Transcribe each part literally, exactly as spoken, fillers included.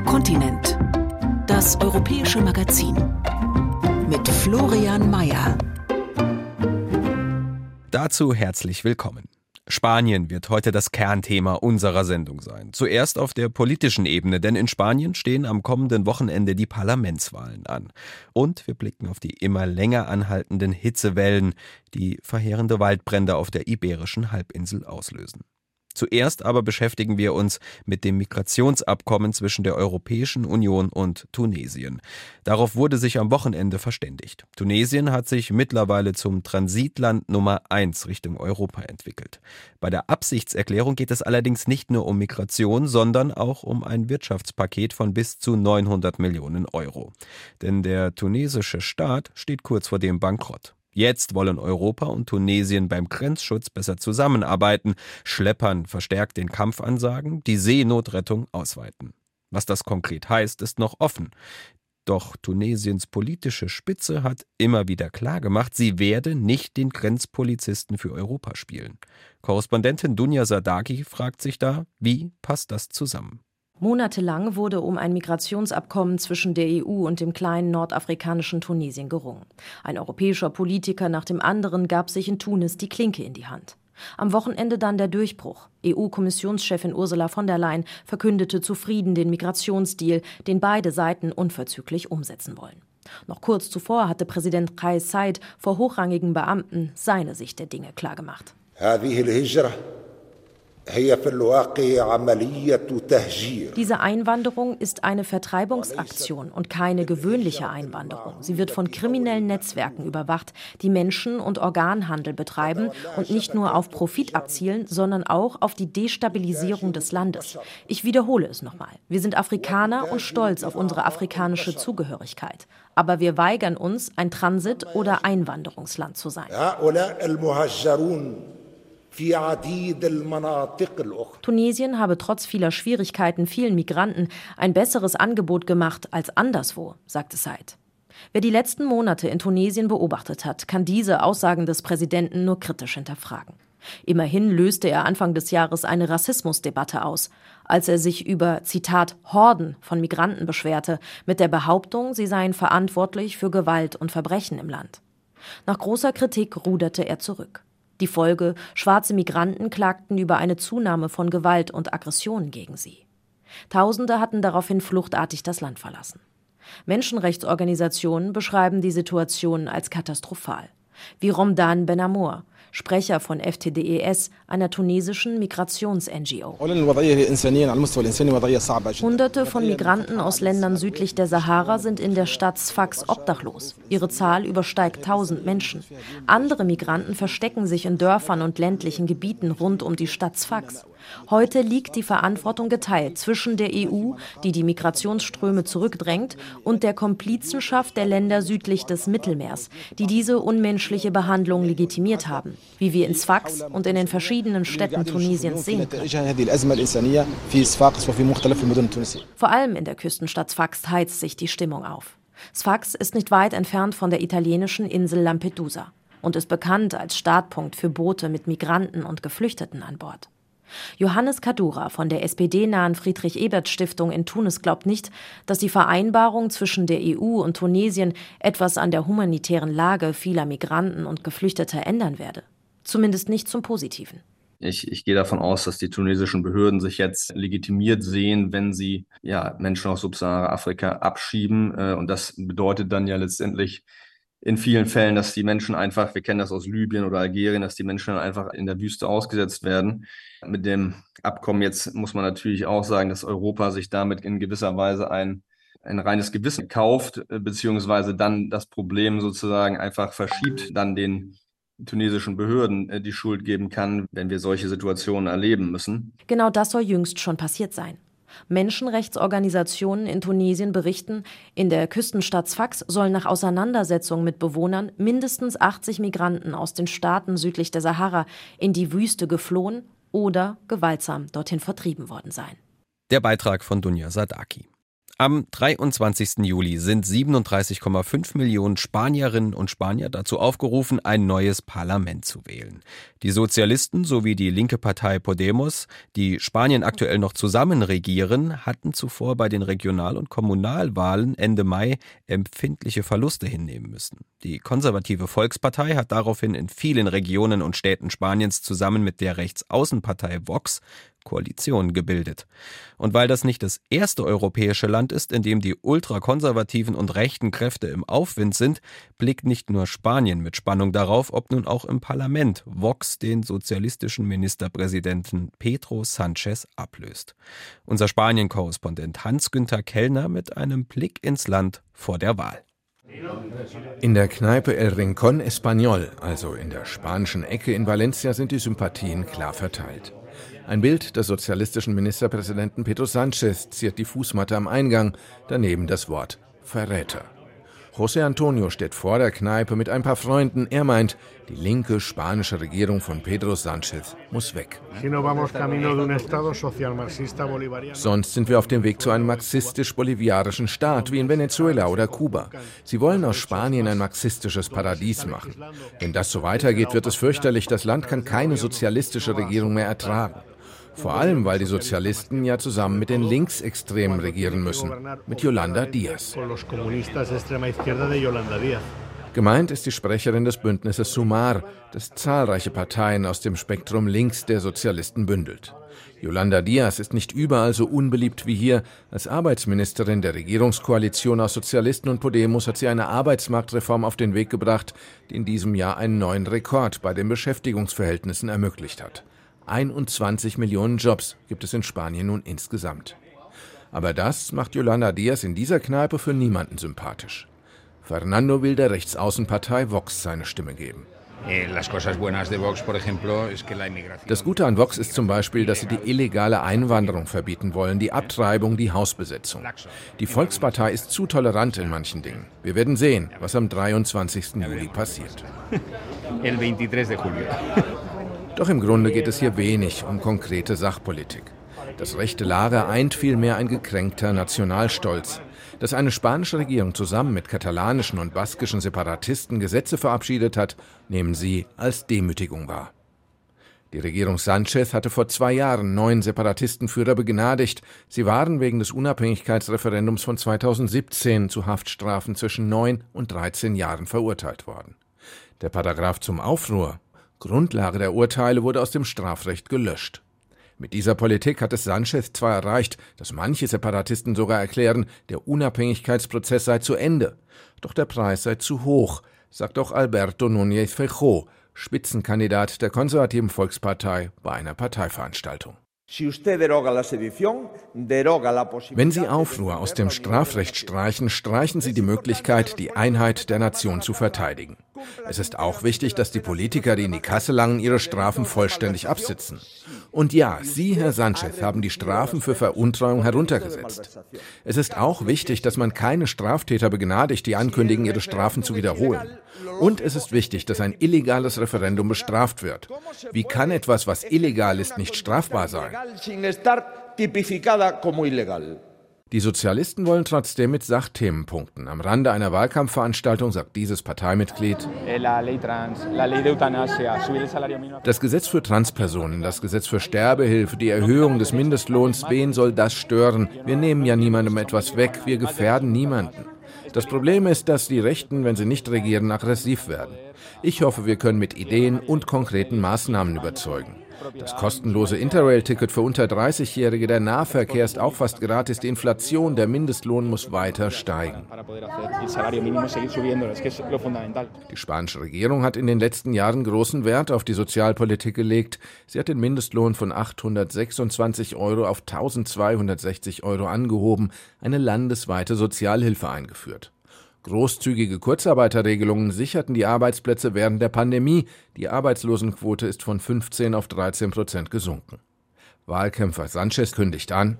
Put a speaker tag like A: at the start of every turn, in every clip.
A: Kontinent. Das europäische Magazin. Mit Florian Mayer.
B: Dazu herzlich willkommen. Spanien wird heute das Kernthema unserer Sendung sein. Zuerst auf der politischen Ebene, denn in Spanien stehen am kommenden Wochenende die Parlamentswahlen an. Und wir blicken auf die immer länger anhaltenden Hitzewellen, die verheerende Waldbrände auf der Iberischen Halbinsel auslösen. Zuerst aber beschäftigen wir uns mit dem Migrationsabkommen zwischen der Europäischen Union und Tunesien. Darauf wurde sich am Wochenende verständigt. Tunesien hat sich mittlerweile zum Transitland Nummer eins Richtung Europa entwickelt. Bei der Absichtserklärung geht es allerdings nicht nur um Migration, sondern auch um ein Wirtschaftspaket von bis zu neunhundert Millionen Euro. Denn der tunesische Staat steht kurz vor dem Bankrott. Jetzt wollen Europa und Tunesien beim Grenzschutz besser zusammenarbeiten, Schleppern verstärkt den Kampf ansagen, die Seenotrettung ausweiten. Was das konkret heißt, ist noch offen. Doch Tunesiens politische Spitze hat immer wieder klargemacht, sie werde nicht den Grenzpolizisten für Europa spielen. Korrespondentin Dunja Sadaki fragt sich da, wie passt das zusammen?
C: Monatelang wurde um ein Migrationsabkommen zwischen der E U und dem kleinen nordafrikanischen Tunesien gerungen. Ein europäischer Politiker nach dem anderen gab sich in Tunis die Klinke in die Hand. Am Wochenende dann der Durchbruch. E U-Kommissionschefin Ursula von der Leyen verkündete zufrieden den Migrationsdeal, den beide Seiten unverzüglich umsetzen wollen. Noch kurz zuvor hatte Präsident Kais Saied vor hochrangigen Beamten seine Sicht der Dinge klargemacht. Diese Einwanderung ist eine Vertreibungsaktion und keine gewöhnliche Einwanderung. Sie wird von kriminellen Netzwerken überwacht, die Menschen- und Organhandel betreiben und nicht nur auf Profit abzielen, sondern auch auf die Destabilisierung des Landes. Ich wiederhole es nochmal. Wir sind Afrikaner und stolz auf unsere afrikanische Zugehörigkeit. Aber wir weigern uns, ein Transit- oder Einwanderungsland zu sein. Tunesien habe trotz vieler Schwierigkeiten vielen Migranten ein besseres Angebot gemacht als anderswo, sagte Saied. Wer die letzten Monate in Tunesien beobachtet hat, kann diese Aussagen des Präsidenten nur kritisch hinterfragen. Immerhin löste er Anfang des Jahres eine Rassismusdebatte aus, als er sich über, Zitat, Horden von Migranten beschwerte, mit der Behauptung, sie seien verantwortlich für Gewalt und Verbrechen im Land. Nach großer Kritik ruderte er zurück. Die Folge: schwarze Migranten klagten über eine Zunahme von Gewalt und Aggressionen gegen sie. Tausende hatten daraufhin fluchtartig das Land verlassen. Menschenrechtsorganisationen beschreiben die Situation als katastrophal. Wie Romdan Benamour, Sprecher von F T D E S, einer tunesischen Migrations-N G O. Hunderte von Migranten aus Ländern südlich der Sahara sind in der Stadt Sfax obdachlos. Ihre Zahl übersteigt tausend Menschen. Andere Migranten verstecken sich in Dörfern und ländlichen Gebieten rund um die Stadt Sfax. Heute liegt die Verantwortung geteilt zwischen der E U, die die Migrationsströme zurückdrängt, und der Komplizenschaft der Länder südlich des Mittelmeers, die diese unmenschliche Behandlung legitimiert haben, wie wir in Sfax und in den verschiedenen Städten Tunesiens sehen können. Vor allem in der Küstenstadt Sfax heizt sich die Stimmung auf. Sfax ist nicht weit entfernt von der italienischen Insel Lampedusa und ist bekannt als Startpunkt für Boote mit Migranten und Geflüchteten an Bord. Johannes Kadura von der S P D-nahen Friedrich-Ebert-Stiftung in Tunis glaubt nicht, dass die Vereinbarung zwischen der E U und Tunesien etwas an der humanitären Lage vieler Migranten und Geflüchteter ändern werde. Zumindest nicht zum Positiven.
D: Ich, ich gehe davon aus, dass die tunesischen Behörden sich jetzt legitimiert sehen, wenn sie ja, Menschen aus Subsahara-Afrika abschieben. Und das bedeutet dann ja letztendlich in vielen Fällen, dass die Menschen einfach, wir kennen das aus Libyen oder Algerien, dass die Menschen dann einfach in der Wüste ausgesetzt werden. Mit dem Abkommen jetzt muss man natürlich auch sagen, dass Europa sich damit in gewisser Weise ein, ein reines Gewissen kauft, beziehungsweise dann das Problem sozusagen einfach verschiebt, dann den tunesischen Behörden die Schuld geben kann, wenn wir solche Situationen erleben müssen.
C: Genau das soll jüngst schon passiert sein. Menschenrechtsorganisationen in Tunesien berichten, in der Küstenstadt Sfax sollen nach Auseinandersetzungen mit Bewohnern mindestens achtzig Migranten aus den Staaten südlich der Sahara in die Wüste geflohen oder gewaltsam dorthin vertrieben worden sein.
B: Der Beitrag von Dunja Sadaki. Am dreiundzwanzigsten Juli sind siebenunddreißig Komma fünf Millionen Spanierinnen und Spanier dazu aufgerufen, ein neues Parlament zu wählen. Die Sozialisten sowie die linke Partei Podemos, die Spanien aktuell noch zusammen regieren, hatten zuvor bei den Regional- und Kommunalwahlen Ende Mai empfindliche Verluste hinnehmen müssen. Die konservative Volkspartei hat daraufhin in vielen Regionen und Städten Spaniens zusammen mit der Rechtsaußenpartei Vox Koalition gebildet. Und weil das nicht das erste europäische Land ist, in dem die ultrakonservativen und rechten Kräfte im Aufwind sind, blickt nicht nur Spanien mit Spannung darauf, ob nun auch im Parlament Vox den sozialistischen Ministerpräsidenten Pedro Sánchez ablöst. Unser Spanien-Korrespondent Hans-Günther Kellner mit einem Blick ins Land vor der Wahl.
E: In der Kneipe El Rincón Español, also in der spanischen Ecke in Valencia, sind die Sympathien klar verteilt. Ein Bild des sozialistischen Ministerpräsidenten Pedro Sánchez ziert die Fußmatte am Eingang, daneben das Wort Verräter. José Antonio steht vor der Kneipe mit ein paar Freunden. Er meint, die linke spanische Regierung von Pedro Sánchez muss weg. Sonst sind wir auf dem Weg zu einem marxistisch-boliviarischen Staat wie in Venezuela oder Kuba. Sie wollen aus Spanien ein marxistisches Paradies machen. Wenn das so weitergeht, wird es fürchterlich. Das Land kann keine sozialistische Regierung mehr ertragen. Vor allem, weil die Sozialisten ja zusammen mit den Linksextremen regieren müssen, mit Yolanda Díaz. Gemeint ist die Sprecherin des Bündnisses Sumar, das zahlreiche Parteien aus dem Spektrum links der Sozialisten bündelt. Yolanda Díaz ist nicht überall so unbeliebt wie hier. Als Arbeitsministerin der Regierungskoalition aus Sozialisten und Podemos hat sie eine Arbeitsmarktreform auf den Weg gebracht, die in diesem Jahr einen neuen Rekord bei den Beschäftigungsverhältnissen ermöglicht hat. einundzwanzig Millionen Jobs gibt es in Spanien nun insgesamt. Aber das macht Yolanda Díaz in dieser Kneipe für niemanden sympathisch. Fernando will der Rechtsaußenpartei Vox seine Stimme geben. Das Gute an Vox ist zum Beispiel, dass sie die illegale Einwanderung verbieten wollen, die Abtreibung, die Hausbesetzung. Die Volkspartei ist zu tolerant in manchen Dingen. Wir werden sehen, was am dreiundzwanzigsten Juli passiert. Doch im Grunde geht es hier wenig um konkrete Sachpolitik. Das rechte Lager eint vielmehr ein gekränkter Nationalstolz. Dass eine spanische Regierung zusammen mit katalanischen und baskischen Separatisten Gesetze verabschiedet hat, nehmen sie als Demütigung wahr. Die Regierung Sánchez hatte vor zwei Jahren neun Separatistenführer begnadigt. Sie waren wegen des Unabhängigkeitsreferendums von zweitausendsiebzehn zu Haftstrafen zwischen neun und dreizehn Jahren verurteilt worden. Der Paragraph zum Aufruhr, Grundlage der Urteile, wurde aus dem Strafrecht gelöscht. Mit dieser Politik hat es Sánchez zwar erreicht, dass manche Separatisten sogar erklären, der Unabhängigkeitsprozess sei zu Ende. Doch der Preis sei zu hoch, sagt auch Alberto Núñez Feijóo, Spitzenkandidat der konservativen Volkspartei, bei einer Parteiveranstaltung. Wenn Sie Aufruhr aus dem Strafrecht streichen, streichen Sie die Möglichkeit, die Einheit der Nation zu verteidigen. Es ist auch wichtig, dass die Politiker, die in die Kasse langen, ihre Strafen vollständig absitzen. Und ja, Sie, Herr Sánchez, haben die Strafen für Veruntreuung heruntergesetzt. Es ist auch wichtig, dass man keine Straftäter begnadigt, die ankündigen, ihre Strafen zu wiederholen. Und es ist wichtig, dass ein illegales Referendum bestraft wird. Wie kann etwas, was illegal ist, nicht strafbar sein? Die Sozialisten wollen trotzdem mit Sachthemen punkten. Am Rande einer Wahlkampfveranstaltung sagt dieses Parteimitglied: Das Gesetz für Transpersonen, das Gesetz für Sterbehilfe, die Erhöhung des Mindestlohns, wen soll das stören? Wir nehmen ja niemandem etwas weg, wir gefährden niemanden. Das Problem ist, dass die Rechten, wenn sie nicht regieren, aggressiv werden. Ich hoffe, wir können mit Ideen und konkreten Maßnahmen überzeugen. Das kostenlose Interrail-Ticket für unter dreißigjährige, der Nahverkehr ist auch fast gratis, die Inflation, der Mindestlohn muss weiter steigen. Die spanische Regierung hat in den letzten Jahren großen Wert auf die Sozialpolitik gelegt. Sie hat den Mindestlohn von achthundertsechsundzwanzig Euro auf eintausendzweihundertsechzig Euro angehoben, eine landesweite Sozialhilfe eingeführt. Großzügige Kurzarbeiterregelungen sicherten die Arbeitsplätze während der Pandemie. Die Arbeitslosenquote ist von fünfzehn auf dreizehn Prozent gesunken. Wahlkämpfer Sánchez kündigt an: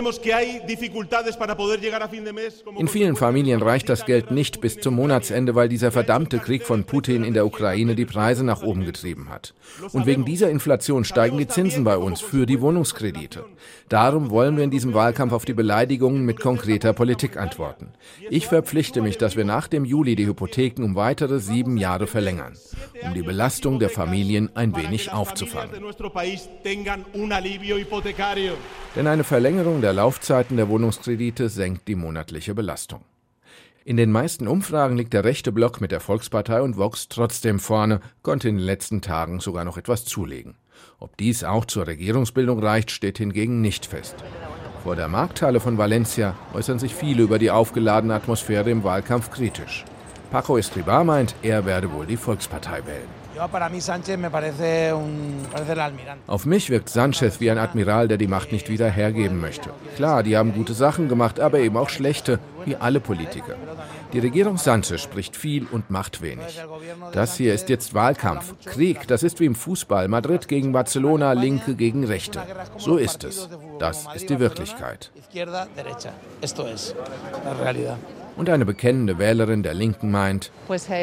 E: In vielen Familien reicht das Geld nicht bis zum Monatsende, weil dieser verdammte Krieg von Putin in der Ukraine die Preise nach oben getrieben hat. Und wegen dieser Inflation steigen die Zinsen bei uns für die Wohnungskredite. Darum wollen wir in diesem Wahlkampf auf die Beleidigungen mit konkreter Politik antworten. Ich verpflichte mich, dass wir nach dem Juli die Hypotheken um weitere sieben Jahre verlängern, um die Belastung der Familien ein wenig aufzufangen. Denn eine Verlängerung der Laufzeiten der Wohnungskredite senkt die monatliche Belastung. In den meisten Umfragen liegt der rechte Block mit der Volkspartei und Vox trotzdem vorne, konnte in den letzten Tagen sogar noch etwas zulegen. Ob dies auch zur Regierungsbildung reicht, steht hingegen nicht fest. Vor der Markthalle von Valencia äußern sich viele über die aufgeladene Atmosphäre im Wahlkampf kritisch. Paco Escribá meint, er werde wohl die Volkspartei wählen. Auf mich wirkt Sánchez wie ein Admiral, der die Macht nicht wieder hergeben möchte. Klar, die haben gute Sachen gemacht, aber eben auch schlechte, wie alle Politiker. Die Regierung Sánchez spricht viel und macht wenig. Das hier ist jetzt Wahlkampf. Krieg, das ist wie im Fußball. Madrid gegen Barcelona, Linke gegen Rechte. So ist es. Das ist die Wirklichkeit. Und eine bekennende Wählerin der Linken meint: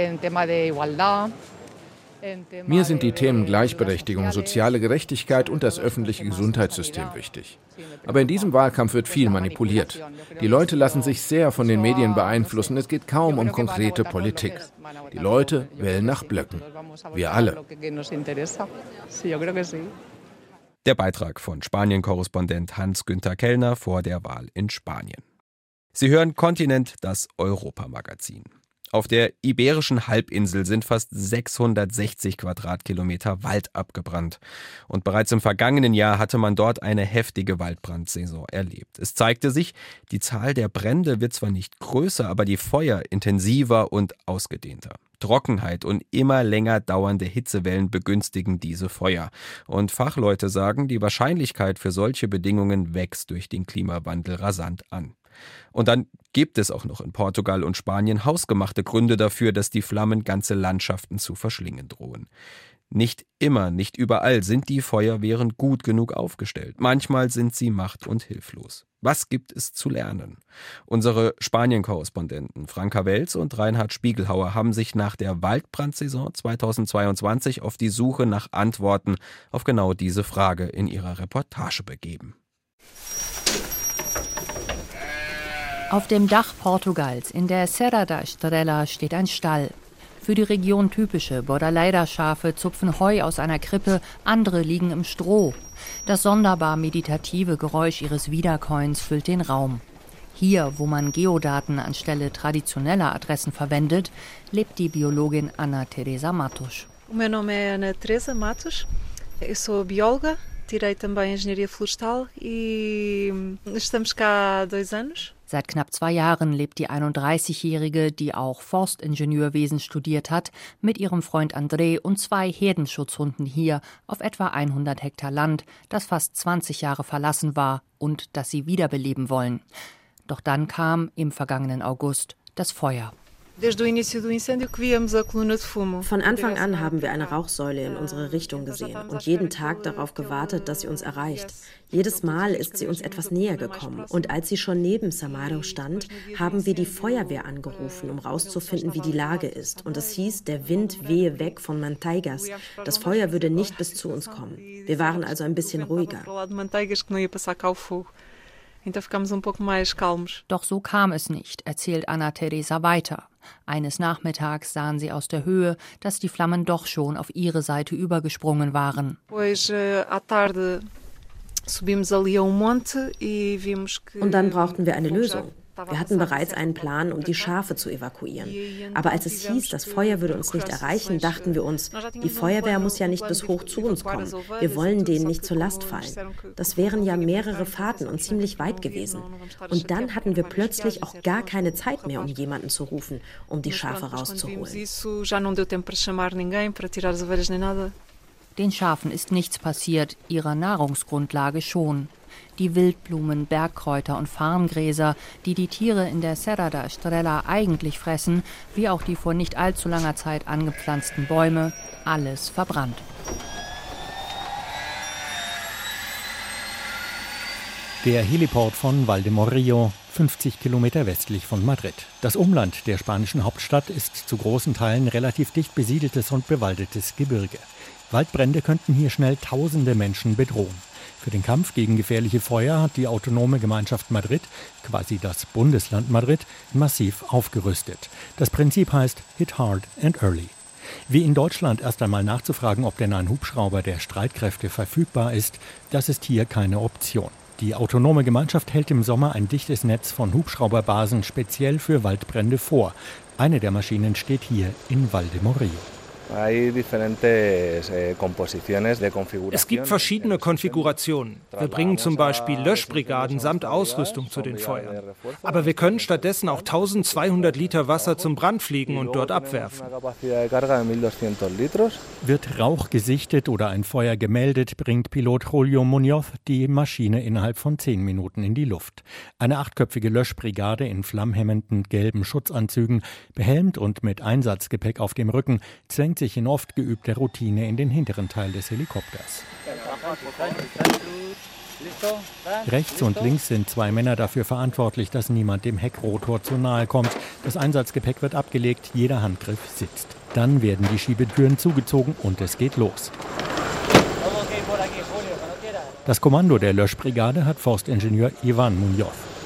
E: Mir sind die Themen Gleichberechtigung, soziale Gerechtigkeit und das öffentliche Gesundheitssystem wichtig. Aber in diesem Wahlkampf wird viel manipuliert. Die Leute lassen sich sehr von den Medien beeinflussen. Es geht kaum um konkrete Politik. Die Leute wählen nach Blöcken. Wir alle.
B: Der Beitrag von Spanien-Korrespondent Hans-Günther Kellner vor der Wahl in Spanien. Sie hören Kontinent, das Europamagazin. Auf der Iberischen Halbinsel sind fast sechshundertsechzig Quadratkilometer Wald abgebrannt. Und bereits im vergangenen Jahr hatte man dort eine heftige Waldbrandsaison erlebt. Es zeigte sich, die Zahl der Brände wird zwar nicht größer, aber die Feuer intensiver und ausgedehnter. Trockenheit und immer länger dauernde Hitzewellen begünstigen diese Feuer. Und Fachleute sagen, die Wahrscheinlichkeit für solche Bedingungen wächst durch den Klimawandel rasant an. Und dann gibt es auch noch in Portugal und Spanien hausgemachte Gründe dafür, dass die Flammen ganze Landschaften zu verschlingen drohen. Nicht immer, nicht überall sind die Feuerwehren gut genug aufgestellt. Manchmal sind sie macht- und hilflos. Was gibt es zu lernen? Unsere Spanien-Korrespondenten Franka Welz und Reinhard Spiegelhauer haben sich nach der Waldbrandsaison zweitausendzweiundzwanzig auf die Suche nach Antworten auf genau diese Frage in ihrer Reportage begeben.
F: Auf dem Dach Portugals in der Serra da Estrela steht ein Stall. Für die Region typische Borraleira-Schafe zupfen Heu aus einer Krippe, andere liegen im Stroh. Das sonderbar meditative Geräusch ihres Wiederkäuens füllt den Raum. Hier, wo man Geodaten anstelle traditioneller Adressen verwendet, lebt die Biologin Ana Teresa Matos.
G: Meu nome é Ana Teresa Matos. Eu sou bióloga, tirei também Engenharia Florestal e estamos cá há dois anos.
F: Seit knapp zwei Jahren lebt die einunddreißigjährige, die auch Forstingenieurwesen studiert hat, mit ihrem Freund André und zwei Herdenschutzhunden hier auf etwa hundert Hektar Land, das fast zwanzig Jahre verlassen war und das sie wiederbeleben wollen. Doch dann kam im vergangenen August das Feuer.
C: Von Anfang an haben wir eine Rauchsäule in unsere Richtung gesehen und jeden Tag darauf gewartet, dass sie uns erreicht. Jedes Mal ist sie uns etwas näher gekommen. Und als sie schon neben Samaro stand, haben wir die Feuerwehr angerufen, um herauszufinden, wie die Lage ist. Und es hieß, der Wind wehe weg von Manteigas. Das Feuer würde nicht bis zu uns kommen. Wir waren also ein bisschen ruhiger.
F: Doch so kam es nicht, erzählt Ana Teresa weiter. Eines Nachmittags sahen sie aus der Höhe, dass die Flammen doch schon auf ihre Seite übergesprungen waren.
C: Und dann brauchten wir eine Lösung. Wir hatten bereits einen Plan, um die Schafe zu evakuieren. Aber als es hieß, das Feuer würde uns nicht erreichen, dachten wir uns, die Feuerwehr muss ja nicht bis hoch zu uns kommen. Wir wollen denen nicht zur Last fallen. Das wären ja mehrere Fahrten und ziemlich weit gewesen. Und dann hatten wir plötzlich auch gar keine Zeit mehr, um jemanden zu rufen, um die Schafe rauszuholen.
F: Den Schafen ist nichts passiert, ihrer Nahrungsgrundlage schon. Die Wildblumen, Bergkräuter und Farngräser, die die Tiere in der Serra da Estrela eigentlich fressen, wie auch die vor nicht allzu langer Zeit angepflanzten Bäume, alles verbrannt.
H: Der Heliport von Valdemorillo, fünfzig Kilometer westlich von Madrid. Das Umland der spanischen Hauptstadt ist zu großen Teilen relativ dicht besiedeltes und bewaldetes Gebirge. Waldbrände könnten hier schnell tausende Menschen bedrohen. Für den Kampf gegen gefährliche Feuer hat die Autonome Gemeinschaft Madrid, quasi das Bundesland Madrid, massiv aufgerüstet. Das Prinzip heißt Hit Hard and Early. Wie in Deutschland erst einmal nachzufragen, ob denn ein Hubschrauber der Streitkräfte verfügbar ist, das ist hier keine Option. Die Autonome Gemeinschaft hält im Sommer ein dichtes Netz von Hubschrauberbasen speziell für Waldbrände vor. Eine der Maschinen steht hier in Valdemorillo.
I: Es gibt verschiedene Konfigurationen. Wir bringen zum Beispiel Löschbrigaden samt Ausrüstung zu den Feuern. Aber wir können stattdessen auch eintausendzweihundert Liter Wasser zum Brand fliegen und dort abwerfen.
H: Wird Rauch gesichtet oder ein Feuer gemeldet, bringt Pilot Julio Muñoz die Maschine innerhalb von zehn Minuten in die Luft. Eine achtköpfige Löschbrigade in flammhemmenden gelben Schutzanzügen, behelmt und mit Einsatzgepäck auf dem Rücken, zwängt sich in oft geübter Routine in den hinteren Teil des Helikopters. Rechts und links sind zwei Männer dafür verantwortlich, dass niemand dem Heckrotor zu nahe kommt. Das Einsatzgepäck wird abgelegt, jeder Handgriff sitzt. Dann werden die Schiebetüren zugezogen und es geht los. Das Kommando der Löschbrigade hat Forstingenieur Ivan Muñoz.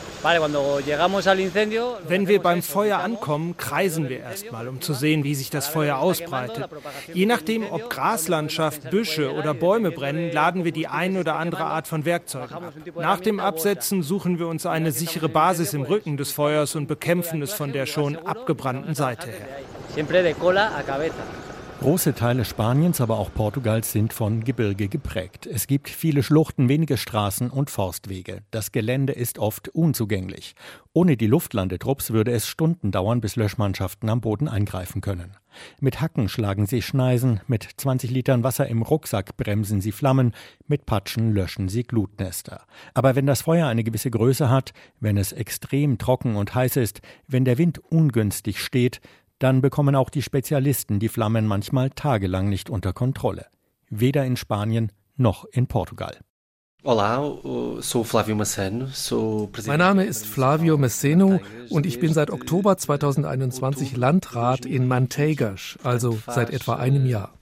I: Wenn wir beim Feuer ankommen, kreisen wir erstmal, um zu sehen, wie sich das Feuer ausbreitet. Je nachdem, ob Graslandschaft, Büsche oder Bäume brennen, laden wir die ein oder andere Art von Werkzeugen ab. Nach dem Absetzen suchen wir uns eine sichere Basis im Rücken des Feuers und bekämpfen es von der schon abgebrannten Seite her.
H: Große Teile Spaniens, aber auch Portugals sind von Gebirge geprägt. Es gibt viele Schluchten, wenige Straßen und Forstwege. Das Gelände ist oft unzugänglich. Ohne die Luftlandetrupps würde es Stunden dauern, bis Löschmannschaften am Boden eingreifen können. Mit Hacken schlagen sie Schneisen, mit zwanzig Litern Wasser im Rucksack bremsen sie Flammen, mit Patschen löschen sie Glutnester. Aber wenn das Feuer eine gewisse Größe hat, wenn es extrem trocken und heiß ist, wenn der Wind ungünstig steht, dann bekommen auch die Spezialisten die Flammen manchmal tagelang nicht unter Kontrolle. Weder in Spanien noch in Portugal.
J: Mein Name ist Flávio Messeno und ich bin seit Oktober zweitausendeinundzwanzig Landrat in Manteigas, also seit etwa einem Jahr.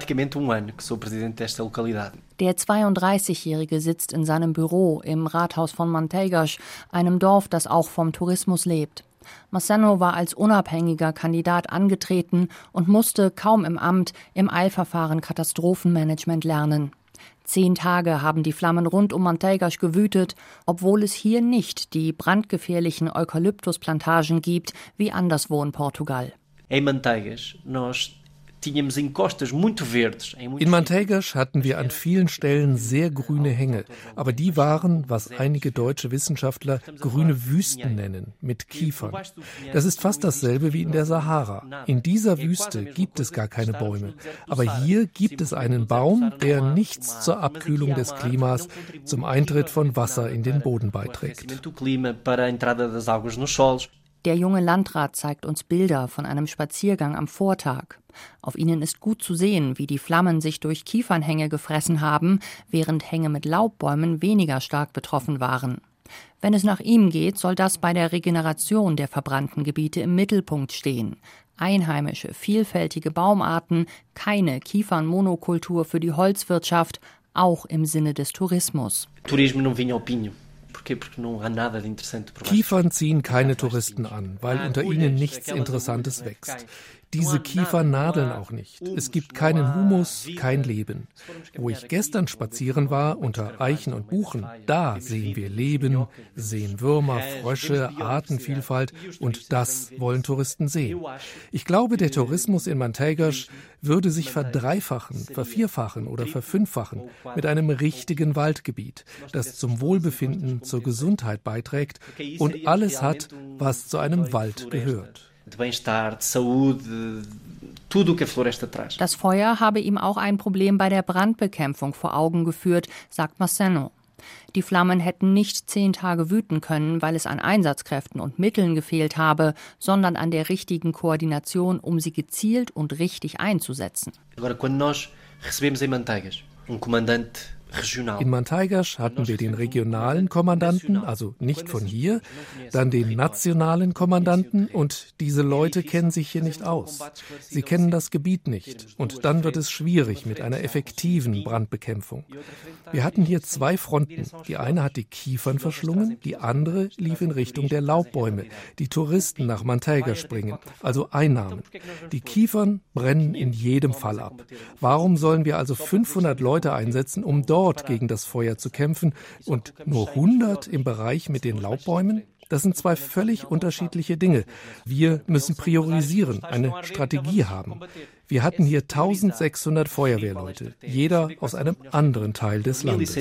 F: Der zweiunddreißigjährige sitzt in seinem Büro im Rathaus von Manteigas, einem Dorf, das auch vom Tourismus lebt. Messeno war als unabhängiger Kandidat angetreten und musste kaum im Amt im Eilverfahren Katastrophenmanagement lernen. Zehn Tage haben die Flammen rund um Manteigas gewütet, obwohl es hier nicht die brandgefährlichen Eukalyptusplantagen gibt, wie anderswo in Portugal.
J: In Manteigas hatten wir an vielen Stellen sehr grüne Hänge, aber die waren, was einige deutsche Wissenschaftler grüne Wüsten nennen, mit Kiefern. Das ist fast dasselbe wie in der Sahara. In dieser Wüste gibt es gar keine Bäume, aber hier gibt es einen Baum, der nichts zur Abkühlung des Klimas, zum Eintritt von Wasser in den Boden beiträgt.
F: Der junge Landrat zeigt uns Bilder von einem Spaziergang am Vortag. Auf ihnen ist gut zu sehen, wie die Flammen sich durch Kiefernhänge gefressen haben, während Hänge mit Laubbäumen weniger stark betroffen waren. Wenn es nach ihm geht, soll das bei der Regeneration der verbrannten Gebiete im Mittelpunkt stehen. Einheimische, vielfältige Baumarten, keine Kiefernmonokultur für die Holzwirtschaft, auch im Sinne des Tourismus.
J: Kiefern ziehen keine Touristen an, weil unter ihnen nichts Interessantes wächst. Diese Kiefern nadeln auch nicht. Es gibt keinen Humus, kein Leben. Wo ich gestern spazieren war, unter Eichen und Buchen, da sehen wir Leben, sehen Würmer, Frösche, Artenvielfalt und das wollen Touristen sehen. Ich glaube, der Tourismus in Manteigas würde sich verdreifachen, vervierfachen oder verfünffachen mit einem richtigen Waldgebiet, das zum Wohlbefinden, zur Gesundheit beiträgt und alles hat, was zu einem Wald gehört.
F: Das Feuer habe ihm auch ein Problem bei der Brandbekämpfung vor Augen geführt, sagt Messeno. Die Flammen hätten nicht zehn Tage wüten können, weil es an Einsatzkräften und Mitteln gefehlt habe, sondern an der richtigen Koordination, um sie gezielt und richtig einzusetzen.
J: In Manteigas hatten wir den regionalen Kommandanten, also nicht von hier, dann den nationalen Kommandanten und diese Leute kennen sich hier nicht aus. Sie kennen das Gebiet nicht und dann wird es schwierig mit einer effektiven Brandbekämpfung. Wir hatten hier zwei Fronten. Die eine hat die Kiefern verschlungen, die andere lief in Richtung der Laubbäume, die Touristen nach Manteigas bringen, also Einnahmen. Die Kiefern brennen in jedem Fall ab. Warum sollen wir also fünfhundert Leute einsetzen, um dort gegen das Feuer zu kämpfen und nur hundert im Bereich mit den Laubbäumen? Das sind zwei völlig unterschiedliche Dinge. Wir müssen priorisieren, eine Strategie haben. Wir hatten hier eintausendsechshundert Feuerwehrleute, jeder aus einem anderen Teil des Landes.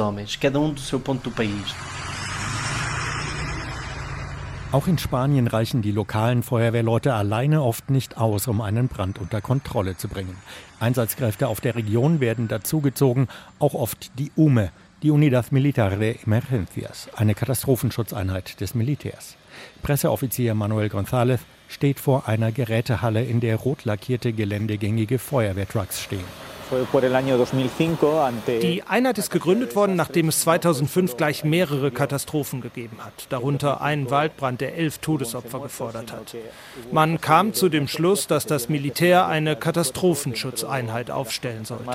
H: Auch in Spanien reichen die lokalen Feuerwehrleute alleine oft nicht aus, um einen Brand unter Kontrolle zu bringen. Einsatzkräfte auf der Region werden dazugezogen, auch oft die U M E, die Unidad Militar de Emergencias, eine Katastrophenschutzeinheit des Militärs. Presseoffizier Manuel González steht vor einer Gerätehalle, in der rot lackierte geländegängige Feuerwehrtrucks stehen.
I: Die Einheit ist gegründet worden, nachdem es zweitausendfünf gleich mehrere Katastrophen gegeben hat, darunter einen Waldbrand, der elf Todesopfer gefordert hat. Man kam zu dem Schluss, dass das Militär eine Katastrophenschutzeinheit aufstellen sollte.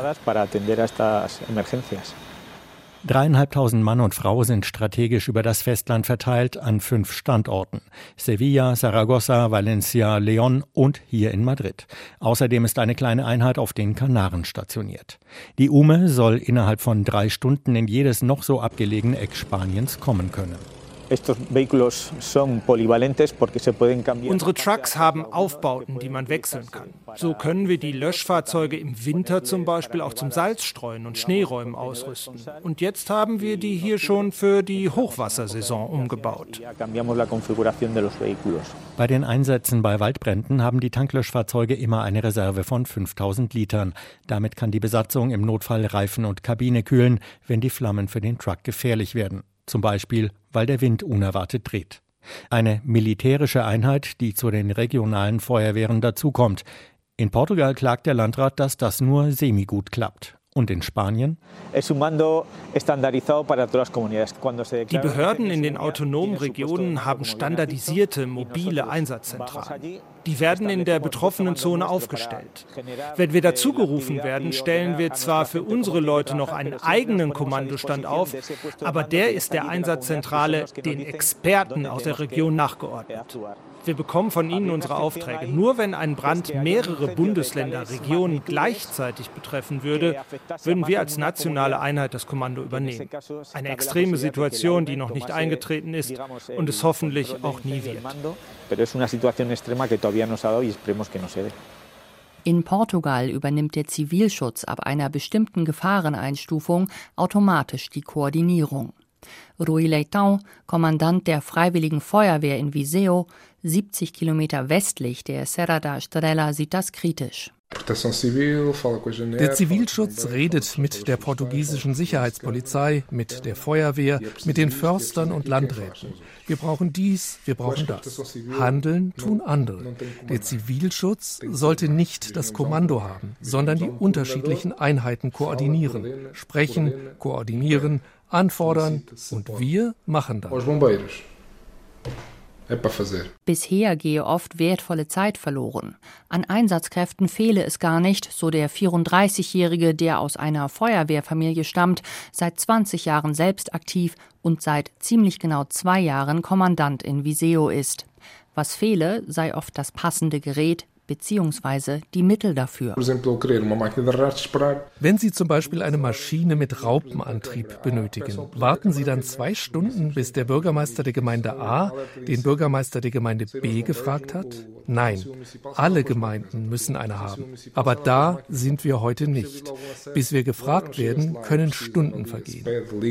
H: Dreieinhalbtausend Mann und Frau sind strategisch über das Festland verteilt an fünf Standorten. Sevilla, Saragossa, Valencia, León und hier in Madrid. Außerdem ist eine kleine Einheit auf den Kanaren stationiert. Die U M E soll innerhalb von drei Stunden in jedes noch so abgelegene Eck Spaniens kommen können.
I: Unsere Trucks haben Aufbauten, die man wechseln kann. So können wir die Löschfahrzeuge im Winter zum Beispiel auch zum Salzstreuen und Schneeräumen ausrüsten. Und jetzt haben wir die hier schon für die Hochwassersaison umgebaut.
H: Bei den Einsätzen bei Waldbränden haben die Tanklöschfahrzeuge immer eine Reserve von fünftausend Litern. Damit kann die Besatzung im Notfall Reifen und Kabine kühlen, wenn die Flammen für den Truck gefährlich werden. Zum Beispiel, weil der Wind unerwartet dreht. Eine militärische Einheit, die zu den regionalen Feuerwehren dazukommt. In Portugal klagt der Landrat, dass das nur semi-gut klappt. Und in Spanien?
I: Die Behörden in den autonomen Regionen haben standardisierte, mobile Einsatzzentralen. Die werden in der betroffenen Zone aufgestellt. Wenn wir dazugerufen werden, stellen wir zwar für unsere Leute noch einen eigenen Kommandostand auf, aber der ist der Einsatzzentrale, den Experten aus der Region, nachgeordnet. Wir bekommen von ihnen unsere Aufträge. Nur wenn ein Brand mehrere Bundesländer, Regionen gleichzeitig betreffen würde, würden wir als nationale Einheit das Kommando übernehmen. Eine extreme Situation, die noch nicht eingetreten ist und es hoffentlich auch nie wird.
F: In Portugal übernimmt der Zivilschutz ab einer bestimmten Gefahreneinstufung automatisch die Koordinierung. Rui Leitão, Kommandant der Freiwilligen Feuerwehr in Viseu, siebzig Kilometer westlich der Serra da Estrela, sieht das kritisch.
J: Der Zivilschutz redet mit der portugiesischen Sicherheitspolizei, mit der Feuerwehr, mit den Förstern und Landräten. Wir brauchen dies, wir brauchen das. Handeln tun andere. Der Zivilschutz sollte nicht das Kommando haben, sondern die unterschiedlichen Einheiten koordinieren, sprechen, koordinieren, anfordern und wir machen das.
F: Bisher gehe oft wertvolle Zeit verloren. An Einsatzkräften fehle es gar nicht, so der vierunddreißigjährige, der aus einer Feuerwehrfamilie stammt, seit zwanzig Jahren selbst aktiv und seit ziemlich genau zwei Jahren Kommandant in Viseu ist. Was fehle, sei oft das passende Gerät bzw. die Mittel dafür.
J: Wenn Sie zum Beispiel eine Maschine mit Raupenantrieb benötigen, warten Sie dann zwei Stunden, bis der Bürgermeister der Gemeinde A den Bürgermeister der Gemeinde B gefragt hat? Nein, alle Gemeinden müssen eine haben. Aber da sind wir heute nicht. Bis wir gefragt werden, können Stunden vergehen.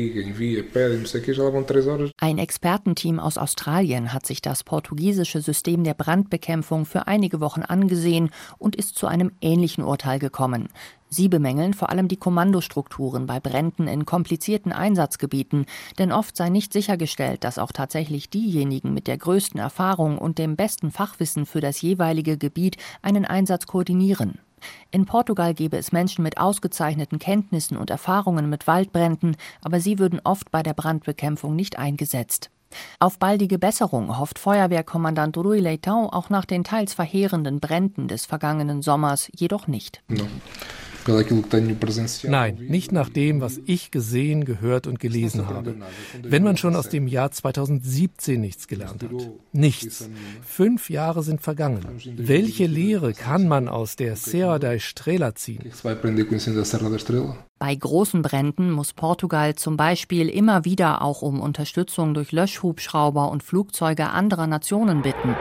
F: Ein Expertenteam aus Australien hat sich das portugiesische System der Brandbekämpfung für einige Wochen angesehen und ist zu einem ähnlichen Urteil gekommen. Sie bemängeln vor allem die Kommandostrukturen bei Bränden in komplizierten Einsatzgebieten, denn oft sei nicht sichergestellt, dass auch tatsächlich diejenigen mit der größten Erfahrung und dem besten Fachwissen für das jeweilige Gebiet einen Einsatz koordinieren. In Portugal gäbe es Menschen mit ausgezeichneten Kenntnissen und Erfahrungen mit Waldbränden, aber sie würden oft bei der Brandbekämpfung nicht eingesetzt. Auf baldige Besserung hofft Feuerwehrkommandant Rui Leitão auch nach den teils verheerenden Bränden des vergangenen Sommers jedoch nicht.
J: No. Nein, nicht nach dem, was ich gesehen, gehört und gelesen habe. Wenn man schon aus dem Jahr zweitausendsiebzehn nichts gelernt hat. Nichts. Fünf Jahre sind vergangen. Welche Lehre kann man aus der Serra da Estrela ziehen?
F: Bei großen Bränden muss Portugal zum Beispiel immer wieder auch um Unterstützung durch Löschhubschrauber und Flugzeuge anderer Nationen bitten.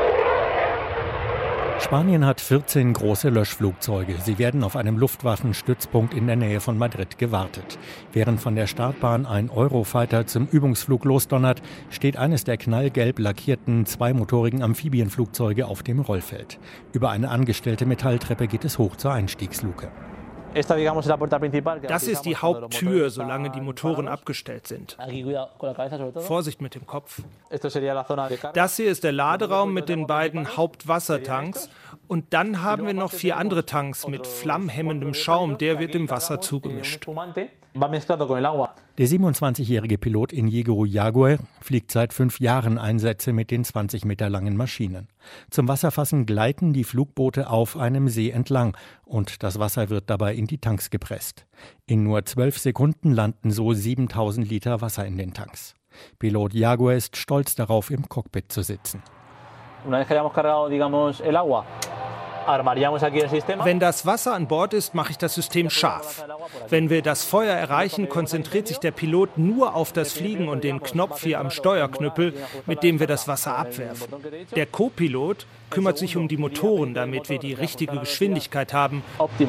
H: Spanien hat vierzehn große Löschflugzeuge. Sie werden auf einem Luftwaffenstützpunkt in der Nähe von Madrid gewartet. Während von der Startbahn ein Eurofighter zum Übungsflug losdonnert, steht eines der knallgelb lackierten zweimotorigen Amphibienflugzeuge auf dem Rollfeld. Über eine angestellte Metalltreppe geht es hoch zur Einstiegsluke.
I: Das ist die Haupttür, solange die Motoren abgestellt sind. Vorsicht mit dem Kopf. Das hier ist der Laderaum mit den beiden Hauptwassertanks. Und dann haben wir noch vier andere Tanks mit flammhemmendem Schaum. Der wird dem Wasser zugemischt.
H: Der siebenundzwanzigjährige Pilot Íñigo Yagué fliegt seit fünf Jahren Einsätze mit den zwanzig Meter langen Maschinen. Zum Wasserfassen gleiten die Flugboote auf einem See entlang und das Wasser wird dabei in die Tanks gepresst. In nur zwölf Sekunden landen so siebentausend Liter Wasser in den Tanks. Pilot Yagué ist stolz darauf, im Cockpit zu sitzen.
I: Wenn das Wasser an Bord ist, mache ich das System scharf. Wenn wir das Feuer erreichen, konzentriert sich der Pilot nur auf das Fliegen und den Knopf hier am Steuerknüppel, mit dem wir das Wasser abwerfen. Der Co-Pilot kümmert sich um die Motoren, damit wir die richtige Geschwindigkeit haben.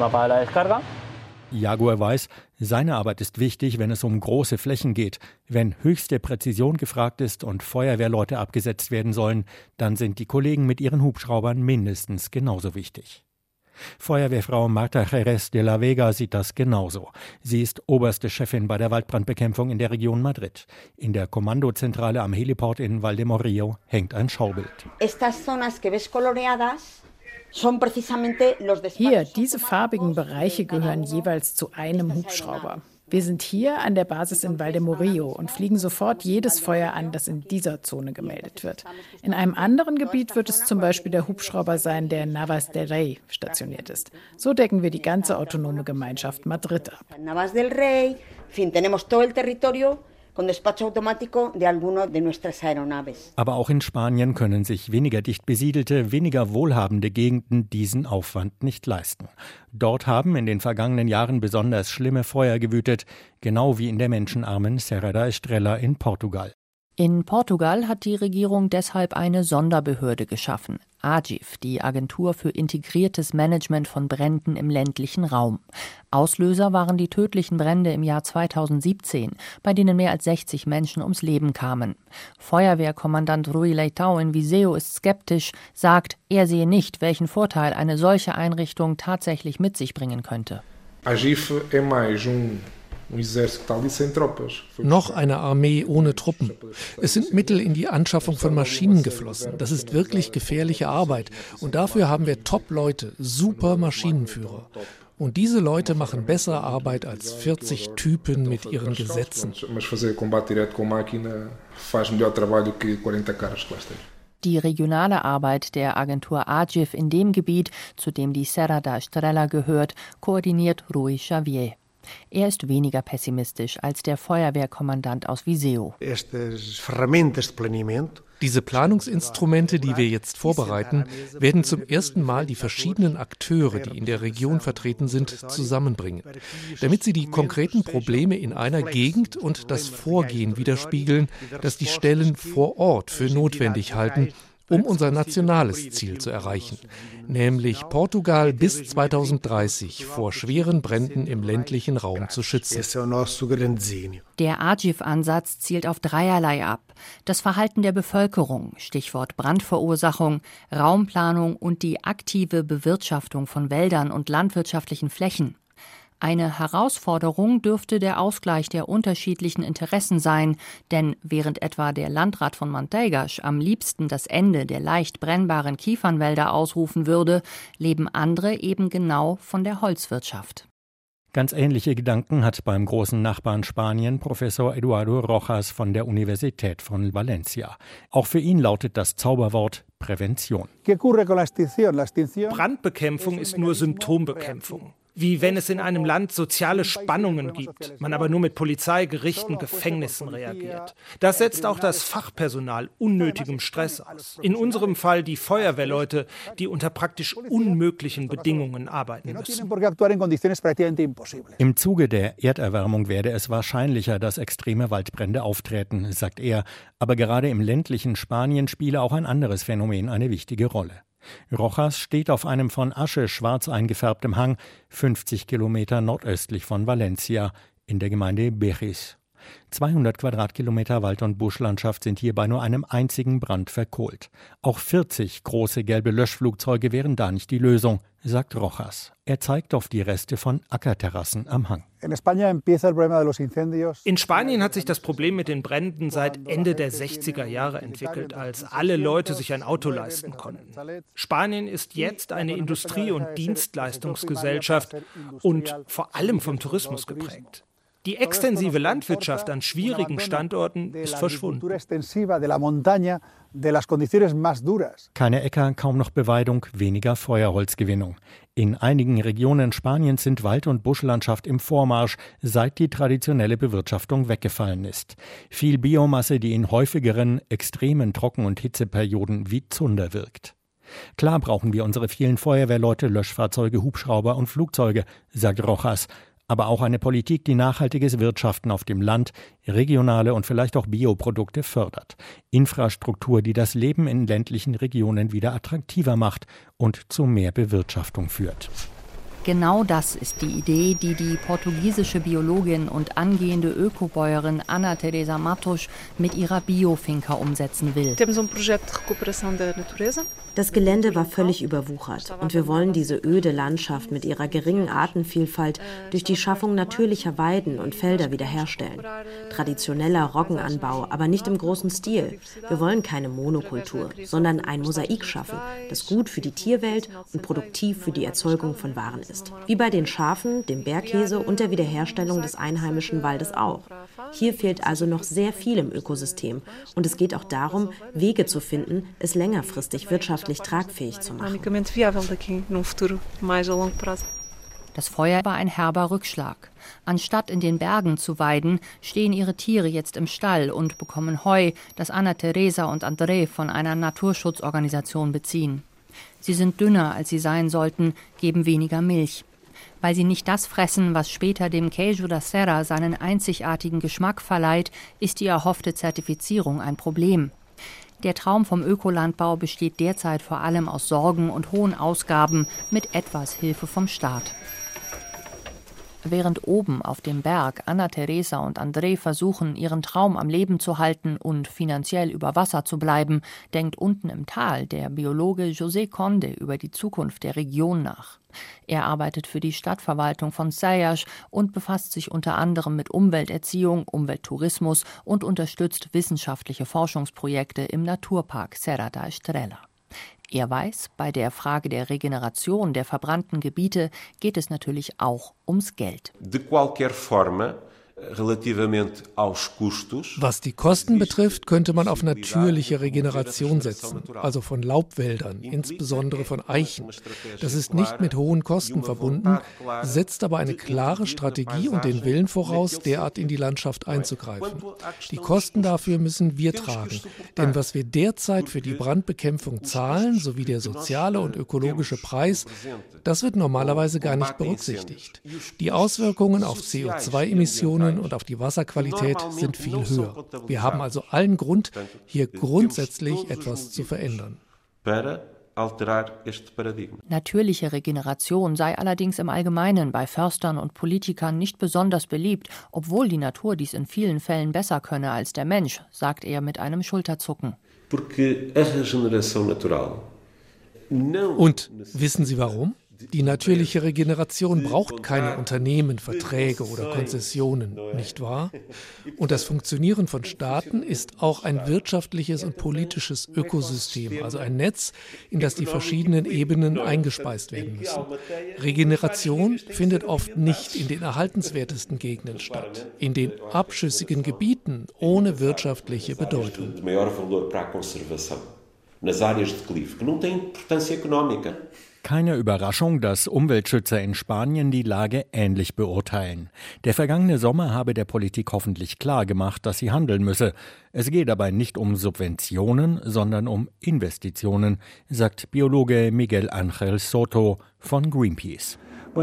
H: Yagué weiß, seine Arbeit ist wichtig, wenn es um große Flächen geht. Wenn höchste Präzision gefragt ist und Feuerwehrleute abgesetzt werden sollen, dann sind die Kollegen mit ihren Hubschraubern mindestens genauso wichtig. Feuerwehrfrau Marta Jerez de la Vega sieht das genauso. Sie ist oberste Chefin bei der Waldbrandbekämpfung in der Region Madrid. In der Kommandozentrale am Heliport in Valdemorillo hängt ein Schaubild.
K: Hier, diese farbigen Bereiche gehören jeweils zu einem Hubschrauber. Wir sind hier an der Basis in Valdemorillo und fliegen sofort jedes Feuer an, das in dieser Zone gemeldet wird. In einem anderen Gebiet wird es zum Beispiel der Hubschrauber sein, der in Navas del Rey stationiert ist. So decken wir die ganze autonome Gemeinschaft Madrid ab.
L: Navas del Rey, fin, tenemos todo el territorio.
H: Aber auch in Spanien können sich weniger dicht besiedelte, weniger wohlhabende Gegenden diesen Aufwand nicht leisten. Dort haben in den vergangenen Jahren besonders schlimme Feuer gewütet, genau wie in der menschenarmen Serra da Estrela in Portugal.
F: In Portugal hat die Regierung deshalb eine Sonderbehörde geschaffen, A G I F, die Agentur für integriertes Management von Bränden im ländlichen Raum. Auslöser waren die tödlichen Brände im Jahr zweitausendsiebzehn, bei denen mehr als sechzig Menschen ums Leben kamen. Feuerwehrkommandant Rui Leitão in Viseu ist skeptisch, sagt, er sehe nicht, welchen Vorteil eine solche Einrichtung tatsächlich mit sich bringen könnte.
J: A G I F é mais um Noch eine Armee ohne Truppen. Es sind Mittel in die Anschaffung von Maschinen geflossen. Das ist wirklich gefährliche Arbeit. Und dafür haben wir Top-Leute, super Maschinenführer. Und diese Leute machen bessere Arbeit als vierzig Typen mit ihren Gesetzen.
F: Die regionale Arbeit der Agentur A G I F in dem Gebiet, zu dem die Serra da Estrela gehört, koordiniert Rui Xavier. Er ist weniger pessimistisch als der Feuerwehrkommandant aus Viseu.
J: Diese Planungsinstrumente, die wir jetzt vorbereiten, werden zum ersten Mal die verschiedenen Akteure, die in der Region vertreten sind, zusammenbringen, damit sie die konkreten Probleme in einer Gegend und das Vorgehen widerspiegeln, das die Stellen vor Ort für notwendig halten, um unser nationales Ziel zu erreichen, nämlich Portugal bis zweitausenddreißig vor schweren Bränden im ländlichen Raum zu schützen.
F: Der A G I F-Ansatz zielt auf dreierlei ab: das Verhalten der Bevölkerung, Stichwort Brandverursachung, Raumplanung und die aktive Bewirtschaftung von Wäldern und landwirtschaftlichen Flächen. Eine Herausforderung dürfte der Ausgleich der unterschiedlichen Interessen sein, denn während etwa der Landrat von Manteigas am liebsten das Ende der leicht brennbaren Kiefernwälder ausrufen würde, leben andere eben genau von der Holzwirtschaft.
H: Ganz ähnliche Gedanken hat beim großen Nachbarn Spanien Professor Eduardo Rojas von der Universität von Valencia. Auch für ihn lautet das Zauberwort Prävention.
I: Brandbekämpfung ist nur Symptombekämpfung. Wie wenn es in einem Land soziale Spannungen gibt, man aber nur mit Polizei, Gerichten, Gefängnissen reagiert. Das setzt auch das Fachpersonal unnötigem Stress aus. In unserem Fall die Feuerwehrleute, die unter praktisch unmöglichen Bedingungen arbeiten müssen.
H: Im Zuge der Erderwärmung werde es wahrscheinlicher, dass extreme Waldbrände auftreten, sagt er. Aber gerade im ländlichen Spanien spiele auch ein anderes Phänomen eine wichtige Rolle. Rojas steht auf einem von Asche schwarz eingefärbtem Hang, fünfzig Kilometer nordöstlich von Valencia, in der Gemeinde Béjis. zweihundert Quadratkilometer Wald- und Buschlandschaft sind hier bei nur einem einzigen Brand verkohlt. Auch vierzig große gelbe Löschflugzeuge wären da nicht die Lösung, sagt Rojas. Er zeigt auf die Reste von Ackerterrassen am Hang.
I: In Spanien hat sich das Problem mit den Bränden seit Ende der sechziger Jahre entwickelt, als alle Leute sich ein Auto leisten konnten. Spanien ist jetzt eine Industrie- und Dienstleistungsgesellschaft und vor allem vom Tourismus geprägt. Die extensive Landwirtschaft an schwierigen Standorten ist verschwunden.
H: Keine Äcker, kaum noch Beweidung, weniger Feuerholzgewinnung. In einigen Regionen Spaniens sind Wald- und Buschlandschaft im Vormarsch, seit die traditionelle Bewirtschaftung weggefallen ist. Viel Biomasse, die in häufigeren, extremen Trocken- und Hitzeperioden wie Zunder wirkt. Klar brauchen wir unsere vielen Feuerwehrleute, Löschfahrzeuge, Hubschrauber und Flugzeuge, sagt Rojas. Aber auch eine Politik, die nachhaltiges Wirtschaften auf dem Land, regionale und vielleicht auch Bioprodukte fördert. Infrastruktur, die das Leben in ländlichen Regionen wieder attraktiver macht und zu mehr Bewirtschaftung führt.
F: Genau das ist die Idee, die die portugiesische Biologin und angehende Ökobäuerin Ana Teresa Matos mit ihrer Biofinca umsetzen will.
C: Das Gelände war völlig überwuchert und wir wollen diese öde Landschaft mit ihrer geringen Artenvielfalt durch die Schaffung natürlicher Weiden und Felder wiederherstellen. Traditioneller Roggenanbau, aber nicht im großen Stil. Wir wollen keine Monokultur, sondern ein Mosaik schaffen, das gut für die Tierwelt und produktiv für die Erzeugung von Waren ist. Wie bei den Schafen, dem Bergkäse und der Wiederherstellung des einheimischen Waldes auch. Hier fehlt also noch sehr viel im Ökosystem und es geht auch darum, Wege zu finden, es längerfristig wirtschaftlich tragfähig zu machen.
F: Das Feuer war ein herber Rückschlag. Anstatt in den Bergen zu weiden, stehen ihre Tiere jetzt im Stall und bekommen Heu, das Ana Teresa und André von einer Naturschutzorganisation beziehen. Sie sind dünner, als sie sein sollten, geben weniger Milch. Weil sie nicht das fressen, was später dem Queijo da Serra seinen einzigartigen Geschmack verleiht, ist die erhoffte Zertifizierung ein Problem. Der Traum vom Ökolandbau besteht derzeit vor allem aus Sorgen und hohen Ausgaben mit etwas Hilfe vom Staat. Während oben auf dem Berg Ana Teresa und André versuchen, ihren Traum am Leben zu halten und finanziell über Wasser zu bleiben, denkt unten im Tal der Biologe José Conde über die Zukunft der Region nach. Er arbeitet für die Stadtverwaltung von Sayas und befasst sich unter anderem mit Umwelterziehung, Umwelttourismus und unterstützt wissenschaftliche Forschungsprojekte im Naturpark Serra da Estrela. Er weiß, bei der Frage der Regeneration der verbrannten Gebiete geht es natürlich auch ums Geld.
M: De qualquer forma,
J: was die Kosten betrifft, könnte man auf natürliche Regeneration setzen, also von Laubwäldern, insbesondere von Eichen. Das ist nicht mit hohen Kosten verbunden, setzt aber eine klare Strategie und den Willen voraus, derart in die Landschaft einzugreifen. Die Kosten dafür müssen wir tragen, denn was wir derzeit für die Brandbekämpfung zahlen, sowie der soziale und ökologische Preis, das wird normalerweise gar nicht berücksichtigt. Die Auswirkungen auf C O zwei Emissionen und auf die Wasserqualität sind viel höher. Wir haben also allen Grund, hier grundsätzlich etwas zu verändern.
F: Natürliche Regeneration sei allerdings im Allgemeinen bei Förstern und Politikern nicht besonders beliebt, obwohl die Natur dies in vielen Fällen besser könne als der Mensch, sagt er mit einem Schulterzucken.
J: Und wissen Sie warum? Die natürliche Regeneration braucht keine Unternehmen, Verträge oder Konzessionen, nicht wahr? Und das Funktionieren von Staaten ist auch ein wirtschaftliches und politisches Ökosystem, also ein Netz, in das die verschiedenen Ebenen eingespeist werden müssen. Regeneration findet oft nicht in den erhaltenswertesten Gegenden statt, in den abschüssigen Gebieten ohne wirtschaftliche Bedeutung.
H: Keine Überraschung, dass Umweltschützer in Spanien die Lage ähnlich beurteilen. Der vergangene Sommer habe der Politik hoffentlich klar gemacht, dass sie handeln müsse. Es gehe dabei nicht um Subventionen, sondern um Investitionen, sagt Biologe Miguel Ángel Soto von Greenpeace.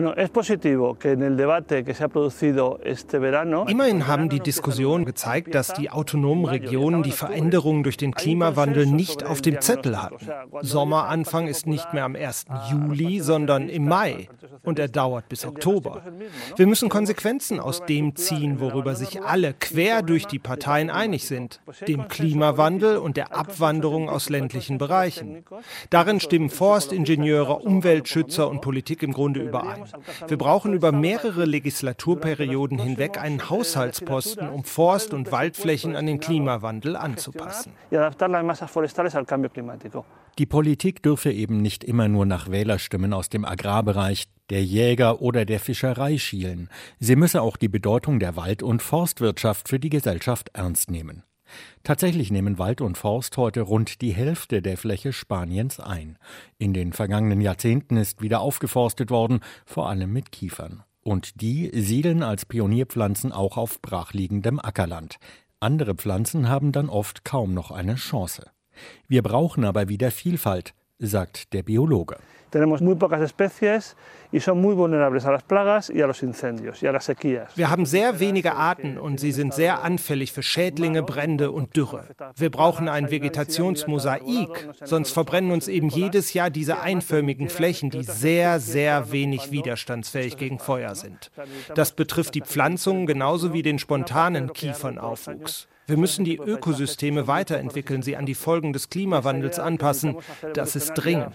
I: Immerhin haben die Diskussionen gezeigt, dass die autonomen Regionen die Veränderungen durch den Klimawandel nicht auf dem Zettel hatten. Sommeranfang ist nicht mehr am ersten Juli, sondern im Mai. Und er dauert bis Oktober. Wir müssen Konsequenzen aus dem ziehen, worüber sich alle quer durch die Parteien einig sind. Dem Klimawandel und der Abwanderung aus ländlichen Bereichen. Darin stimmen Forstingenieure, Umweltschützer und Politik im Grunde überein. Wir brauchen über mehrere Legislaturperioden hinweg einen Haushaltsposten, um Forst- und Waldflächen an den Klimawandel anzupassen.
H: Die Politik dürfe eben nicht immer nur nach Wählerstimmen aus dem Agrarbereich, der Jäger oder der Fischerei schielen. Sie müsse auch die Bedeutung der Wald- und Forstwirtschaft für die Gesellschaft ernst nehmen. Tatsächlich nehmen Wald und Forst heute rund die Hälfte der Fläche Spaniens ein. In den vergangenen Jahrzehnten ist wieder aufgeforstet worden, vor allem mit Kiefern. Und die siedeln als Pionierpflanzen auch auf brachliegendem Ackerland. Andere Pflanzen haben dann oft kaum noch eine Chance. Wir brauchen aber wieder Vielfalt, sagt der Biologe.
I: Wir haben sehr wenige Arten und sie sind sehr anfällig für Schädlinge, Brände und Dürre. Wir brauchen ein Vegetationsmosaik, sonst verbrennen uns eben jedes Jahr diese einförmigen Flächen, die sehr, sehr wenig widerstandsfähig gegen Feuer sind. Das betrifft die Pflanzungen genauso wie den spontanen Kiefernaufwuchs. Wir müssen die Ökosysteme weiterentwickeln, sie an die Folgen des Klimawandels anpassen. Das ist dringend.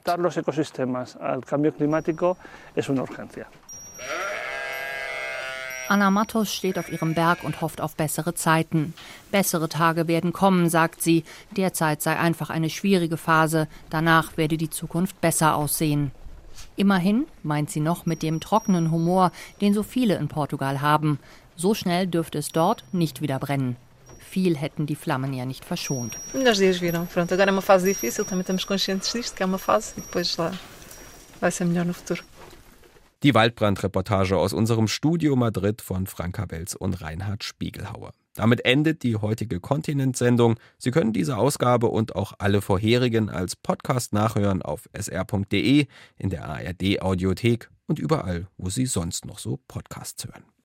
F: Ana Matos steht auf ihrem Berg und hofft auf bessere Zeiten. Bessere Tage werden kommen, sagt sie. Derzeit sei einfach eine schwierige Phase. Danach werde die Zukunft besser aussehen. Immerhin, meint sie noch mit dem trockenen Humor, den so viele in Portugal haben. So schnell dürfte es dort nicht wieder brennen. Viel hätten die Flammen ja nicht verschont.
G: Melhores dias viram. Pronto, agora é uma fase difícil, também estamos conscientes disto, que é uma fase e depois lá vai ser melhor no futuro.
B: Die Waldbrandreportage aus unserem Studio Madrid von Franka Welz und Reinhard Spiegelhauer. Damit endet die heutige Kontinent-Sendung. Sie können diese Ausgabe und auch alle vorherigen als Podcast nachhören auf s r punkt d e, in der A R D-Audiothek und überall, wo Sie sonst noch so Podcasts hören.